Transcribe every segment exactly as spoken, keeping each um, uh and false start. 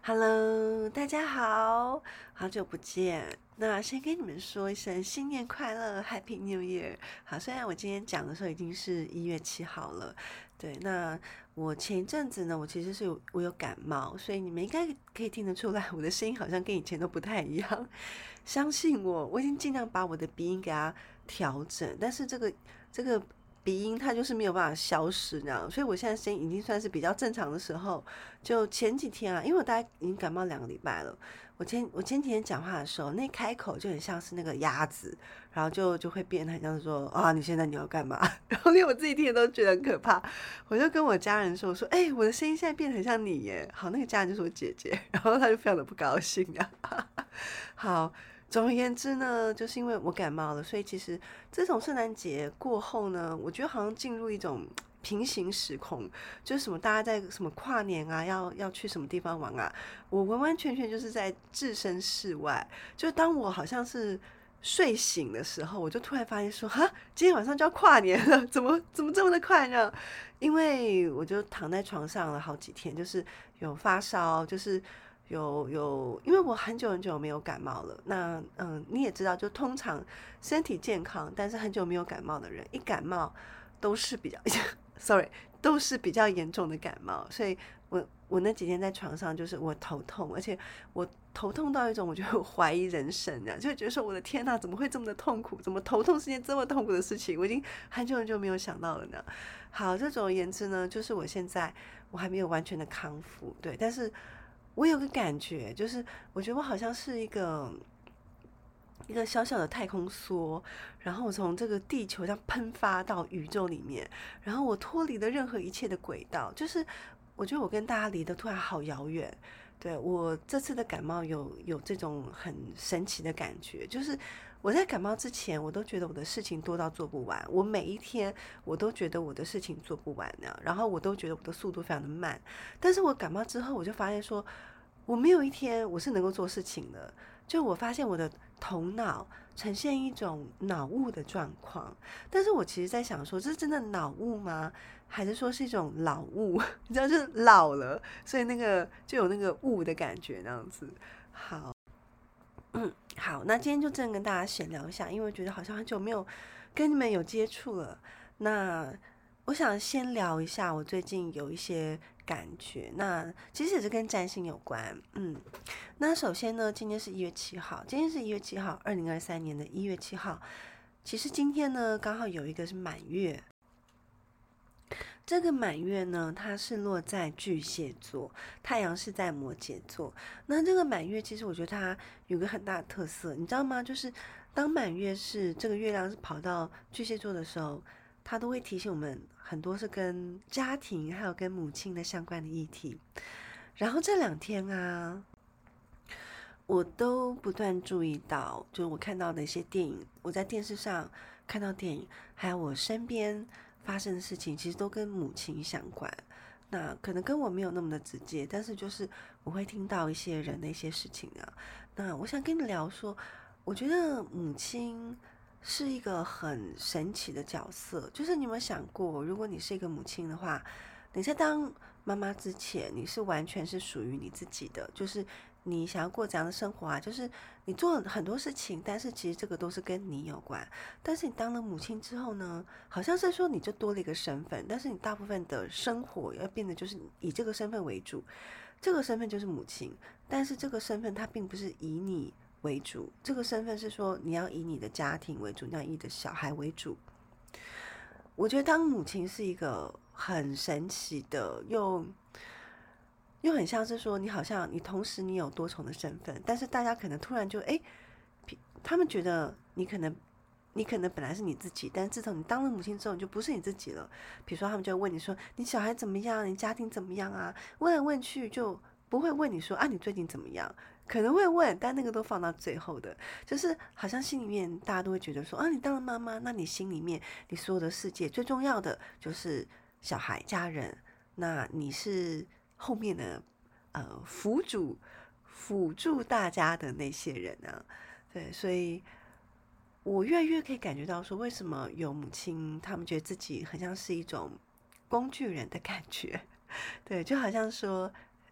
Hello，大家好，好久不见。那先跟你们说一声新年快乐，Happy New Year。好，虽然我今天讲的时候已经是一月七号了，对，那我前一阵子呢，我其实是有我有感冒，所以你们应该可以听得出来，我的声音好像跟以前都不太一样。相信我，我已经尽量把我的鼻音给它调整，但是这个这个鼻音它就是没有办法消失这样，所以我现在声音已经算是比较正常的时候。就前几天啊，因为我大概已经感冒两个礼拜了，我前我前几天讲话的时候，那开口就很像是那个鸭子，然后就就会变得很像是说啊，你现在你要干嘛？然后连我自己听的都觉得很可怕，我就跟我家人说，我说哎、欸我的声音现在变得很像你耶。好，那个家人就是我姐姐，然后他就非常的不高兴啊。好，总而言之呢，就是因为我感冒了，所以其实自从圣诞节过后呢，我觉得好像进入一种平行时空，就是什么大家在什么跨年啊，要要去什么地方玩啊，我完完全全就是在置身事外。就当我好像是睡醒的时候，我就突然发现说，哈，今天晚上就要跨年了，怎么怎么这么的快呢？因为我就躺在床上了好几天，就是有发烧，就是有有，因为我很久很久没有感冒了。那嗯，你也知道，就通常身体健康，但是很久没有感冒的人，一感冒都是比较，sorry，都是比较严重的感冒。所以我我那几天在床上，就是我头痛，而且我头痛到一种，我就怀疑人生这样，就会觉得说我的天呐，怎么会这么的痛苦？怎么头痛是件这么痛苦的事情？我已经很久很久没有想到了呢。好，这总而言之呢，就是我现在我还没有完全的康复，对，但是我有个感觉，就是我觉得我好像是一个一个小小的太空梭，然后我从这个地球这样喷发到宇宙里面，然后我脱离了任何一切的轨道，就是我觉得我跟大家离得突然好遥远。对，我这次的感冒有有这种很神奇的感觉，就是我在感冒之前，我都觉得我的事情多到做不完，我每一天我都觉得我的事情做不完呢，然后我都觉得我的速度非常的慢。但是我感冒之后，我就发现说，我没有一天我是能够做事情的。就我发现我的头脑呈现一种脑雾的状况，但是我其实在想说，这是真的脑雾吗？还是说是一种老雾？你知道，就是老了，所以那个就有那个雾的感觉，那样子。好，嗯，好，那今天就真的跟大家闲聊一下，因为我觉得好像很久没有跟你们有接触了。那我想先聊一下我最近有一些感觉，那其实也是跟占星有关。嗯，那首先呢，今天是一月七号，今天是一月七号，二零二三年的一月七号。其实今天呢，刚好有一个是满月。这个满月呢，它是落在巨蟹座，太阳是在摩羯座。那这个满月，其实我觉得它有个很大的特色，你知道吗？就是当满月是这个月亮是跑到巨蟹座的时候，它都会提醒我们很多是跟家庭还有跟母亲的相关的议题。然后这两天啊，我都不断注意到，就是我看到的一些电影，我在电视上看到电影，还有我身边发生的事情，其实都跟母亲相关。那可能跟我没有那么的直接，但是就是我会听到一些人的一些事情啊。那我想跟你聊说，我觉得母亲是一个很神奇的角色。就是你有没有想过，如果你是一个母亲的话，你在当妈妈之前，你是完全是属于你自己的，就是你想要过怎样的生活啊？就是你做了很多事情，但是其实这个都是跟你有关。但是你当了母亲之后呢，好像是说你就多了一个身份，但是你大部分的生活要变得就是以这个身份为主，这个身份就是母亲。但是这个身份它并不是以你为主，这个身份是说你要以你的家庭为主，你要以你的小孩为主。我觉得当母亲是一个很神奇的，又又很像是说，你好像你同时你有多重的身份，但是大家可能突然就哎，他们觉得你可能你可能本来是你自己，但是自从你当了母亲之后，你就不是你自己了。比如说，他们就会问你说，你小孩怎么样？你家庭怎么样啊？问来问去就不会问你说啊，你最近怎么样？可能会问，但那个都放到最后的，就是好像心里面大家都会觉得说，啊，你当了妈妈，那你心里面你所有的世界最重要的就是小孩、家人，那你是后面的呃辅助辅助大家的那些人啊。对，所以我越来越可以感觉到说，为什么有母亲，他们觉得自己很像是一种工具人的感觉。对，就好像说，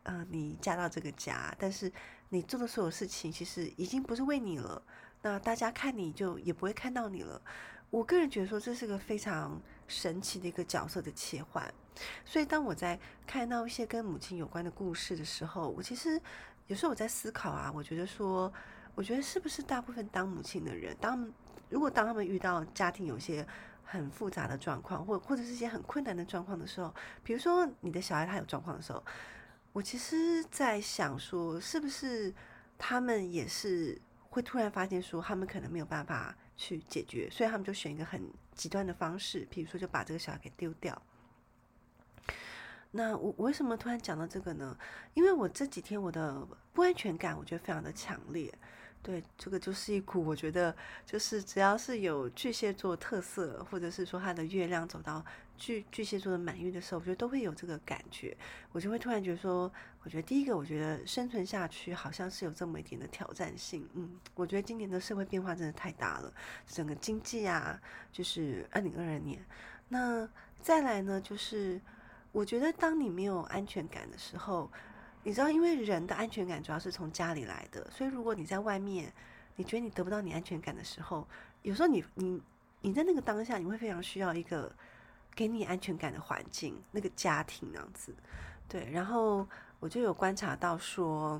呃，你嫁到这个家，但是你做的所有事情其实已经不是为你了，那大家看你就也不会看到你了。我个人觉得说这是个非常神奇的一个角色的切换。所以当我在看到一些跟母亲有关的故事的时候，我其实有时候我在思考啊，我觉得说，我觉得是不是大部分当母亲的人，当如果当他们遇到家庭有些很复杂的状况，或或者是一些很困难的状况的时候，比如说你的小孩他有状况的时候，我其实在想说，是不是他们也是会突然发现说，他们可能没有办法去解决，所以他们就选一个很极端的方式，比如说就把这个小孩给丢掉。那我我为什么突然讲到这个呢？因为我这几天我的不安全感，我觉得非常的强烈。对，这个就是一股我觉得就是只要是有巨蟹座特色，或者是说他的月亮走到巨巨蟹座的满月的时候，我觉得都会有这个感觉。我就会突然觉得说，我觉得第一个，我觉得生存下去好像是有这么一点的挑战性。嗯，我觉得今年的社会变化真的太大了，整个经济啊，就是二零二二年。那再来呢，就是我觉得当你没有安全感的时候，你知道，因为人的安全感主要是从家里来的，所以如果你在外面，你觉得你得不到你安全感的时候，有时候你你你在那个当下，你会非常需要一个给你安全感的环境，那个家庭那样子。对，然后我就有观察到说，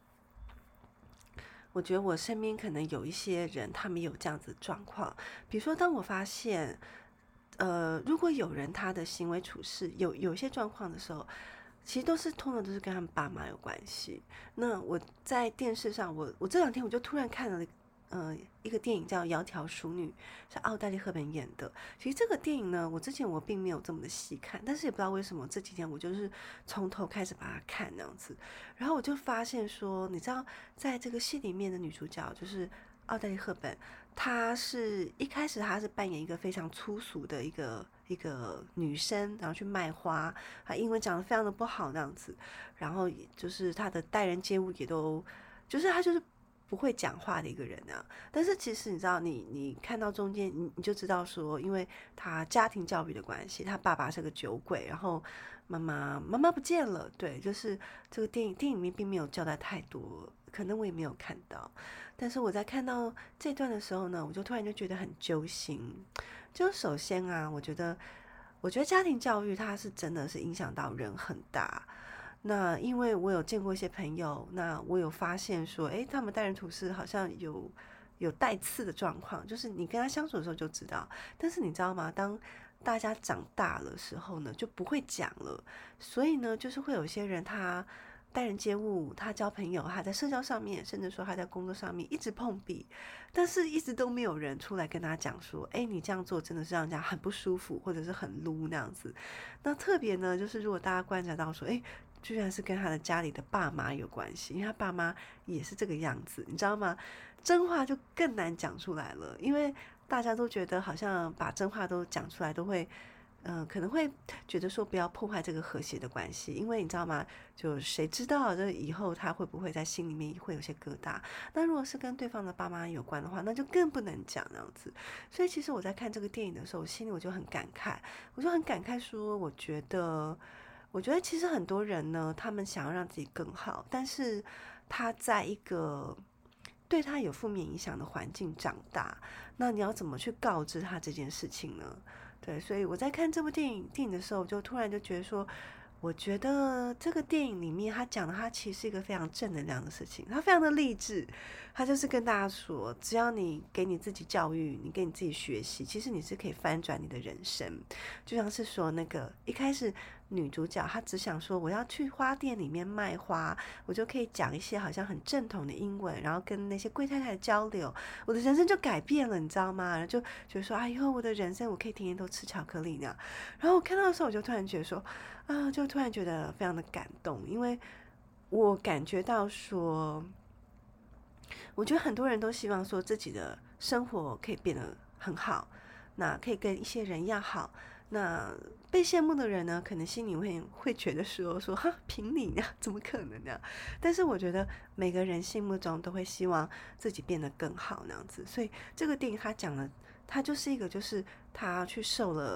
我觉得我身边可能有一些人，他们有这样子的状况，比如说当我发现。呃，如果有人他的行为处事有有一些状况的时候，其实都是通常都是跟他们爸妈有关系。那我在电视上，我我这两天我就突然看了，呃，一个电影叫《窈窕淑女》，是奥黛丽·赫本演的。其实这个电影呢，我之前我并没有这么的细看，但是也不知道为什么这几天我就是从头开始把它看那样子，然后我就发现说，你知道，在这个戏里面的女主角就是奥黛丽·赫本。她是一开始她是扮演一个非常粗俗的一个一个女生，然后去卖花，她英文讲得非常的不好那样子，然后就是她的待人接物也都，就是她就是不会讲话的一个人啊。但是其实你知道，你你看到中间，你你就知道说，因为她家庭教育的关系，她爸爸是个酒鬼，然后妈妈妈妈不见了，对，就是这个电影电影里面并没有交代太多，可能我也没有看到。但是我在看到这段的时候呢，我就突然就觉得很揪心。就首先啊，我觉得，我觉得家庭教育它是真的是影响到人很大。那因为我有见过一些朋友，那我有发现说，诶，他们待人处事好像有有带刺的状况，就是你跟他相处的时候就知道。但是你知道吗？当大家长大了时候呢，就不会讲了。所以呢，就是会有些人他。待人接物，他交朋友，他在社交上面，甚至说他在工作上面一直碰壁，但是一直都没有人出来跟他讲说，哎，你这样做真的是让人家很不舒服，或者是很撸那样子。那特别呢，就是如果大家观察到说，哎，居然是跟他的家里的爸妈有关系，因为他爸妈也是这个样子，你知道吗？真话就更难讲出来了，因为大家都觉得好像把真话都讲出来都会。嗯、呃，可能会觉得说不要破坏这个和谐的关系，因为你知道吗？就谁知道这以后他会不会在心里面会有些疙瘩？那如果是跟对方的爸妈有关的话，那就更不能讲这样子。所以其实我在看这个电影的时候，我心里我就很感慨，我就很感慨说，我觉得，我觉得其实很多人呢，他们想要让自己更好，但是他在一个对他有负面影响的环境长大，那你要怎么去告知他这件事情呢？对，所以我在看这部电影电影的时候，就突然就觉得说，我觉得这个电影里面他讲的，他其实是一个非常正能量的事情，他非常的励志，他就是跟大家说，只要你给你自己教育，你给你自己学习，其实你是可以翻转你的人生。就像是说那个一开始女主角她只想说我要去花店里面卖花，我就可以讲一些好像很正统的英文，然后跟那些柜太太交流，我的人生就改变了，你知道吗？然后就觉得说，哎呦，我的人生我可以天天都吃巧克力那样。然后我看到的时候，我就突然觉得说，啊，就突然觉得非常的感动，因为我感觉到说，我觉得很多人都希望说自己的生活可以变得很好，那可以跟一些人一样好。那被羡慕的人呢，可能心里会会觉得说说哈，凭你呢，怎么可能呢？但是我觉得每个人心目中都会希望自己变得更好那样子。所以这个电影他讲了，他就是一个就是他去受了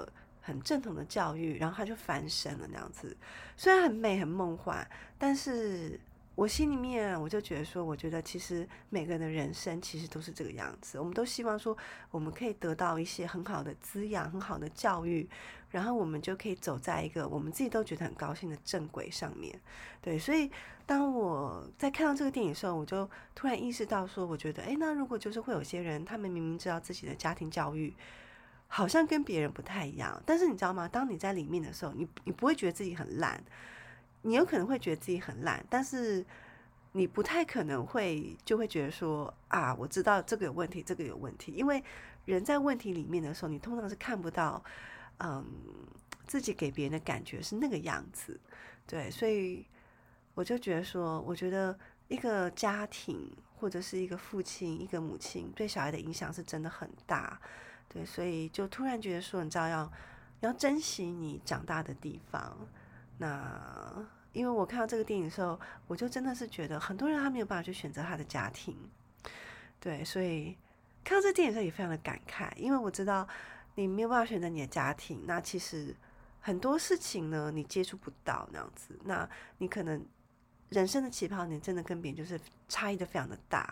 很正统的教育，然后他就翻身了那样子。虽然很美很梦幻，但是我心里面我就觉得说，我觉得其实每个人的人生其实都是这个样子，我们都希望说我们可以得到一些很好的滋养、很好的教育，然后我们就可以走在一个我们自己都觉得很高兴的正轨上面。对，所以当我在看到这个电影的时候，我就突然意识到说，我觉得，哎，那如果就是会有些人，他们明明知道自己的家庭教育好像跟别人不太一样，但是你知道吗？当你在里面的时候，你你不会觉得自己很烂。你有可能会觉得自己很烂，但是你不太可能会就会觉得说啊，我知道这个有问题，这个有问题，因为人在问题里面的时候，你通常是看不到，嗯，自己给别人的感觉是那个样子，对，所以我就觉得说，我觉得一个家庭或者是一个父亲、一个母亲对小孩的影响是真的很大，对，所以就突然觉得说，你知道要要珍惜你长大的地方。那因为我看到这个电影的时候，我就真的是觉得很多人他没有办法去选择他的家庭，对，所以看到这个电影的时候也非常的感慨，因为我知道你没有办法选择你的家庭，那其实很多事情呢你接触不到那样子，那你可能人生的起跑点真的跟别人就是差异的非常的大。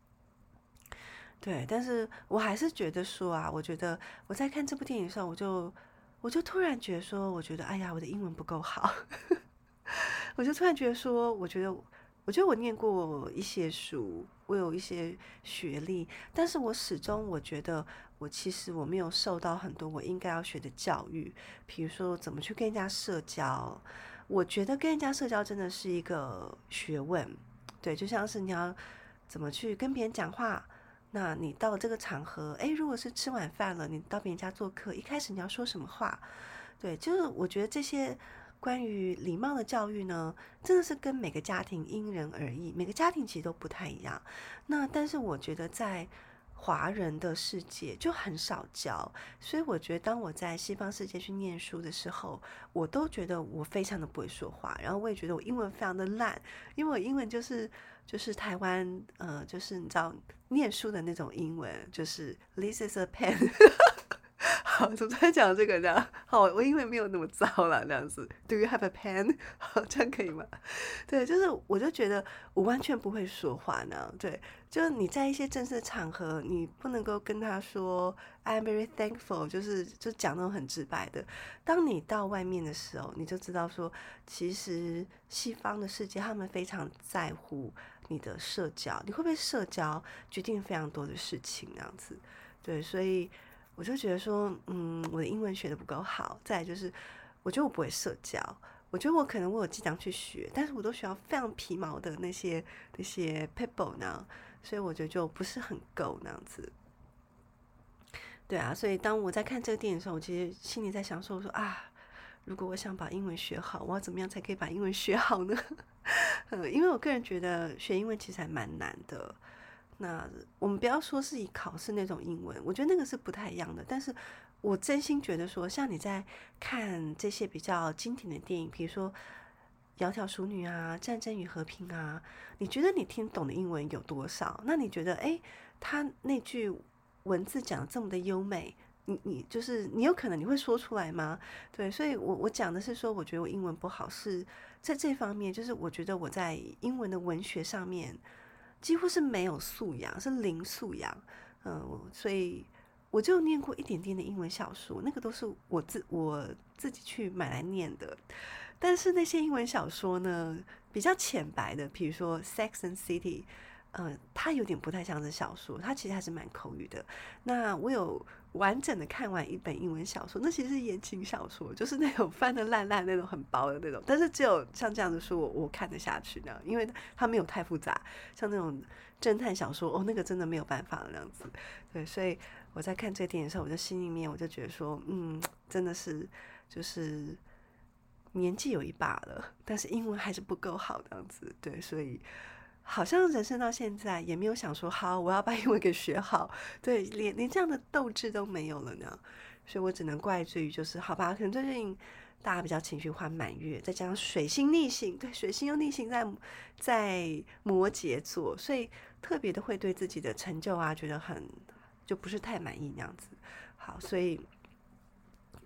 对，但是我还是觉得说啊，我觉得我在看这部电影的时候，我就我就突然觉得说，我觉得哎呀，我的英文不够好，我就突然觉得说，我觉得我觉得我念过一些书，我有一些学历，但是我始终我觉得我其实我没有受到很多我应该要学的教育，比如说怎么去跟人家社交，我觉得跟人家社交真的是一个学问，对，就像是你要怎么去跟别人讲话。那你到了这个场合，诶，如果是吃晚饭了，你到别人家做客，一开始你要说什么话？对，就是我觉得这些关于礼貌的教育呢，真的是跟每个家庭因人而异，每个家庭其实都不太一样。那但是我觉得在华人的世界就很少教，所以我觉得当我在西方世界去念书的时候，我都觉得我非常的不会说话，然后我也觉得我英文非常的烂，因为我英文就是就是台湾呃，就是你知道念书的那种英文，就是 this is a pen 好，怎么在讲这个这样？好，我英文没有那么糟了，这样子。Do you have a pen？好，这样可以吗？对，就是我就觉得我完全不会说话呢。对，就是你在一些正式的场合，你不能够跟他说 I'm very thankful，就是就讲那种很直白的。当你到外面的时候，你就知道说，其实西方的世界他们非常在乎你的社交，你会不会社交决定非常多的事情，这样子。对，所以。我就觉得说，嗯，我的英文学的不够好。再来就是，我觉得我不会社交。我觉得我可能我有经常去学，但是我都需要非常皮毛的那些那些 people 呢，所以我觉得就不是很够那样子。对啊，所以当我在看这个电影的时候，我其实心里在想说，我说啊，如果我想把英文学好，我要怎么样才可以把英文学好呢？嗯，因为我个人觉得学英文其实还蛮难的。那我们不要说是以考试那种英文，我觉得那个是不太一样的。但是我真心觉得说，像你在看这些比较经典的电影，比如说《窈窕淑女》啊，《战争与和平》啊，你觉得你听懂的英文有多少？那你觉得，诶，他那句文字讲的这么的优美，你你就是你有可能你会说出来吗？对，所以我我讲的是说，我觉得我英文不好是在这方面，就是我觉得我在英文的文学上面。几乎是没有素养，是零素养，嗯，所以我就念过一点点的英文小说，那个都是我自我自己去买来念的。但是那些英文小说呢，比较浅白的，比如说《Sex and City》，嗯，它有点不太像是小说，它其实还是蛮口语的。那我有完整的看完一本英文小说，那其实是言情小说，就是那种翻得烂烂那种很薄的那种，但是只有像这样的书我我看得下去呢，因为它没有太复杂，像那种侦探小说哦，那个真的没有办法那样子。对，所以我在看这个电影的时候，我就心里面我就觉得说，嗯，真的是就是年纪有一把了，但是英文还是不够好这样子。对，所以。好像人生到现在也没有想说好，我要把英文给学好，对，连连这样的斗志都没有了呢，所以我只能怪罪于就是好吧，可能最近大家比较情绪化满月，再加上水星逆行，对，水星又逆行在在摩羯座，所以特别的会对自己的成就啊觉得很就不是太满意那样子。好，所以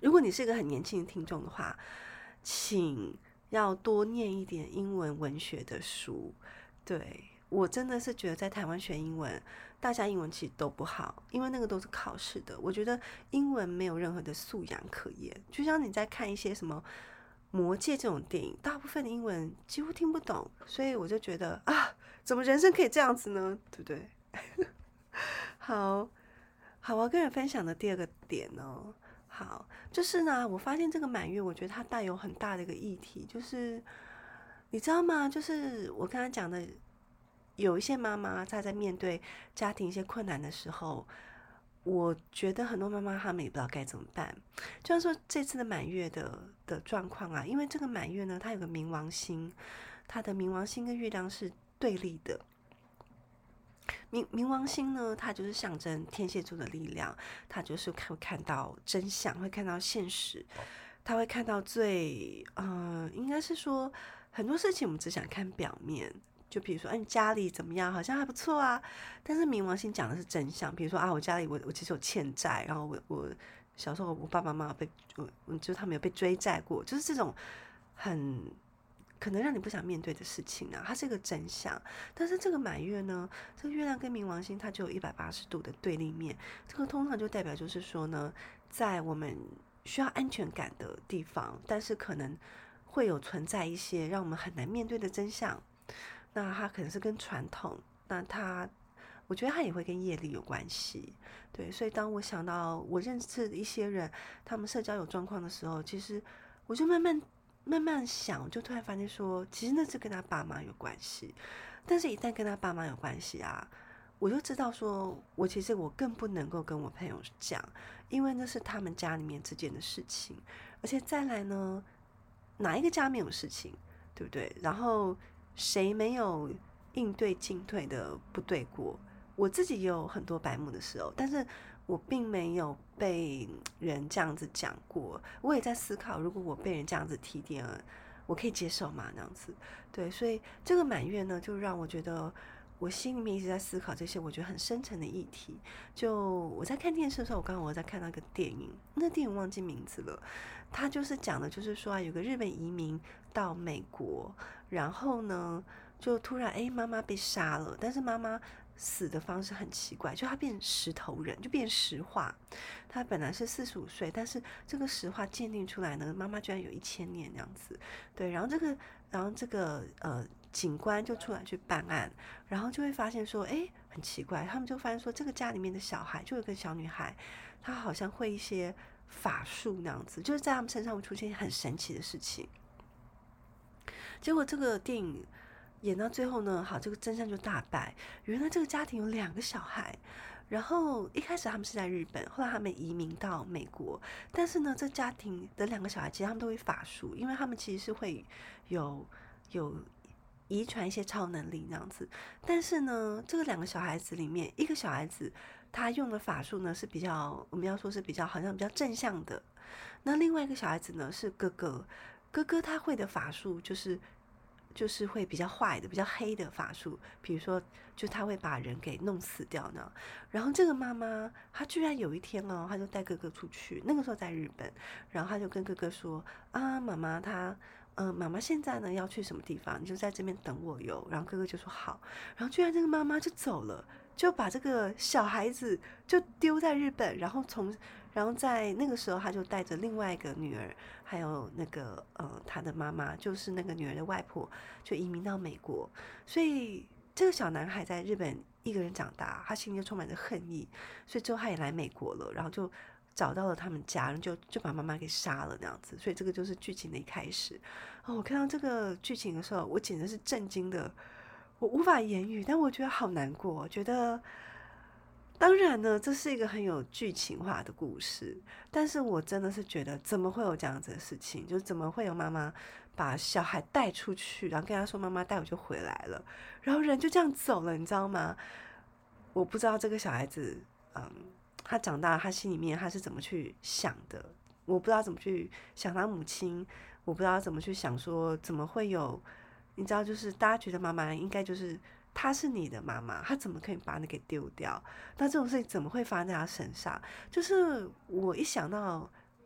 如果你是一个很年轻的听众的话，请要多念一点英文文学的书。对，我真的是觉得在台湾学英文，大家英文其实都不好，因为那个都是考试的。我觉得英文没有任何的素养可言，就像你在看一些什么魔戒这种电影，大部分的英文几乎听不懂，所以我就觉得啊，怎么人生可以这样子呢？对不对？好好，我要跟人分享的第二个点哦，好，就是呢，我发现这个满月，我觉得它带有很大的一个议题，就是你知道吗？就是我刚才讲的，有一些妈妈她在面对家庭一些困难的时候，我觉得很多妈妈她们也不知道该怎么办。就像说这次的满月的的状况啊，因为这个满月呢，它有个冥王星，它的冥王星跟月亮是对立的。冥冥王星呢，它就是象征天蝎座的力量，它就是会看到真相，会看到现实，它会看到最，呃，应该是说很多事情我们只想看表面，就比如说，哎、你家里怎么样，好像还不错啊，但是冥王星讲的是真相，比如说啊，我家里我我其实有欠债，然后我我小时候我爸爸妈妈被，我就是他们有被追债过，就是这种很。可能让你不想面对的事情啊，它是一个真相。但是这个满月呢，这个月亮跟冥王星它就有一百八十度的对立面，这个通常就代表就是说呢，在我们需要安全感的地方，但是可能会有存在一些让我们很难面对的真相。那它可能是跟传统，那它我觉得它也会跟业力有关系。对，所以当我想到我认识的一些人，他们社交有状况的时候，其实我就慢慢。慢慢想，就突然发现说，其实那是跟他爸妈有关系。但是，一旦跟他爸妈有关系啊，我就知道说，我其实我更不能够跟我朋友讲，因为那是他们家里面之间的事情。而且再来呢，哪一个家没有事情，对不对？然后谁没有应对进退的不对过？我自己也有很多白目的时候，但是我并没有被人这样子讲过。我也在思考，如果我被人这样子提点了，我可以接受吗？那样子，对，所以这个满月呢，就让我觉得我心里面一直在思考这些我觉得很深层的议题。就我在看电视的时候，我刚刚我在看那个电影，那电影忘记名字了，它就是讲的，就是说啊，有个日本移民到美国，然后呢，就突然哎，妈妈被杀了，但是妈妈死的方式很奇怪，就她变石头人，就变石化。她本来是四十五岁，但是这个石化鉴定出来呢，妈妈居然有一千年那样子。对，然后这个，然后这个呃警官就出来去办案，然后就会发现说，哎，很奇怪，他们就发现说，这个家里面的小孩，就有个小女孩，她好像会一些法术那样子，就是在他们身上会出现很神奇的事情。结果这个电影演到最后呢，好，这个真相就大白，原来这个家庭有两个小孩，然后一开始他们是在日本，后来他们移民到美国，但是呢，这家庭的两个小孩其实他们都会法术，因为他们其实是会有有遗传一些超能力那样子，但是呢，这个两个小孩子里面，一个小孩子他用的法术呢是比较，我们要说是比较好像比较正向的，那另外一个小孩子呢是哥哥，哥哥他会的法术就是就是会比较坏的、比较黑的法术，比如说，就他会把人给弄死掉呢。然后这个妈妈，她居然有一天哦，她就带哥哥出去，那个时候在日本，然后她就跟哥哥说：“啊，妈妈，她，嗯、呃，妈妈现在呢要去什么地方，你就在这边等我哟。”然后哥哥就说好，然后居然这个妈妈就走了，就把这个小孩子就丢在日本，然后从。然后在那个时候，他就带着另外一个女儿，还有那个呃他的妈妈，就是那个女儿的外婆，就移民到美国。所以这个小男孩在日本一个人长大，他心里就充满着恨意，所以之后他也来美国了，然后就找到了他们家，然后就就把妈妈给杀了那样子。所以这个就是剧情的一开始。哦，我看到这个剧情的时候，我简直是震惊的，我无法言语，但我觉得好难过，觉得。当然呢，这是一个很有剧情化的故事，但是我真的是觉得，怎么会有这样子的事情？就怎么会有妈妈把小孩带出去，然后跟他说：“妈妈，待会就回来了。”然后人就这样走了，你知道吗？我不知道这个小孩子，嗯，他长大，他心里面他是怎么去想的？我不知道怎么去想他母亲，我不知道怎么去想说，怎么会有？你知道，就是大家觉得妈妈应该就是。她是你的妈妈，她怎么可以把你给丢掉？那这种事情怎么会发生在她身上？就是我一想到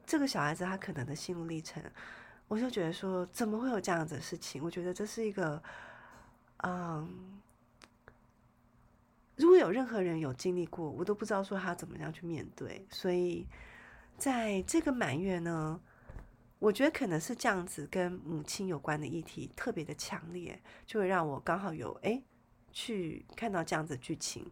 这个小孩子他可能的心路历程，我就觉得说怎么会有这样子的事情？我觉得这是一个，嗯，如果有任何人有经历过，我都不知道说他怎么样去面对。所以在这个满月呢，我觉得可能是这样子跟母亲有关的议题特别的强烈，就会让我刚好有哎去看到这样子的剧情。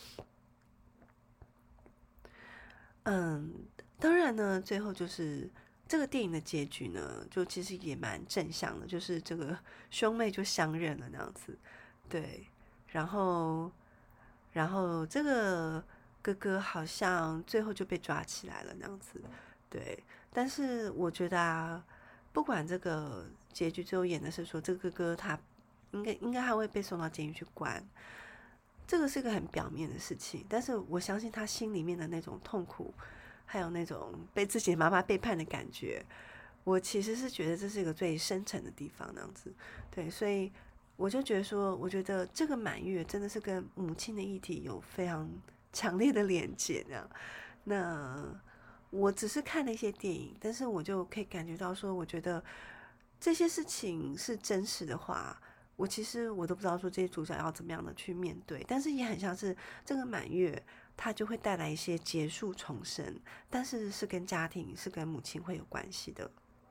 嗯，当然呢，最后就是这个电影的结局呢，就其实也蛮正向的，就是这个兄妹就相认了那样子，对，然后然后这个哥哥好像最后就被抓起来了那样子，对，但是我觉得啊，不管这个结局最后演的是说这个哥哥他应该应该还会被送到监狱去关，这个是一个很表面的事情，但是我相信他心里面的那种痛苦，还有那种被自己的妈妈背叛的感觉，我其实是觉得这是一个最深层的地方，那样子。对，所以我就觉得说，我觉得这个满月真的是跟母亲的议题有非常强烈的连接，这样。那我只是看了一些电影，但是我就可以感觉到说，我觉得这些事情是真实的话。我其实我都不知道说这些主角要怎么样的去面对，但是也很像是这个满月，它就会带来一些结束重生，但是是跟家庭是跟母亲会有关系的。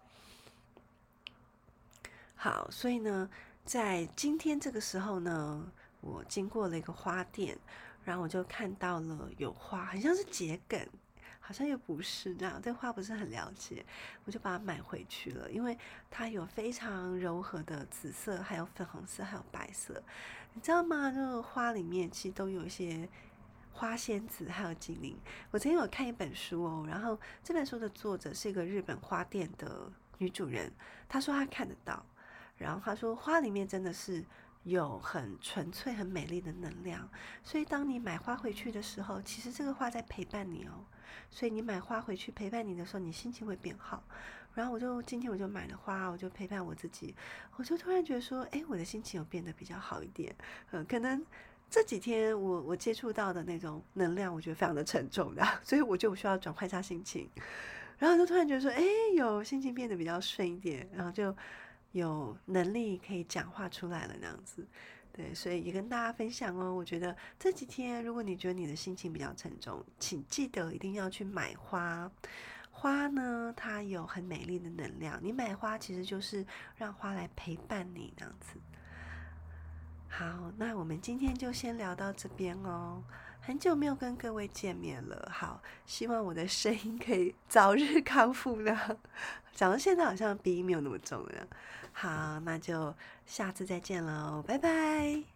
好，所以呢，在今天这个时候呢，我经过了一个花店，然后我就看到了有花，很像是桔梗，好像又不是这样，对花不是很了解，我就把它买回去了，因为它有非常柔和的紫色，还有粉红色，还有白色，你知道吗？这个花里面其实都有一些花仙子，还有精灵。我曾经有看一本书哦，然后这本书的作者是一个日本花店的女主人，她说她看得到。然后他说，花里面真的是有很纯粹、很美丽的能量，所以当你买花回去的时候，其实这个花在陪伴你哦。所以你买花回去陪伴你的时候，你心情会变好。然后我就今天我就买了花，我就陪伴我自己，我就突然觉得说，哎，我的心情有变得比较好一点。嗯，可能这几天我我接触到的那种能量，我觉得非常的沉重的，所以我就需要转换一下心情。然后就突然觉得说，哎，有心情变得比较顺一点，然后就有能力可以讲话出来了那样子，对，所以也跟大家分享哦。我觉得这几天，如果你觉得你的心情比较沉重，请记得一定要去买花。花呢，它有很美丽的能量，你买花其实就是让花来陪伴你那样子。好，那我们今天就先聊到这边哦。很久没有跟各位见面了，好，希望我的声音可以早日康复呢。讲到现在好像鼻音没有那么重了。好，那就下次再见喽，拜拜。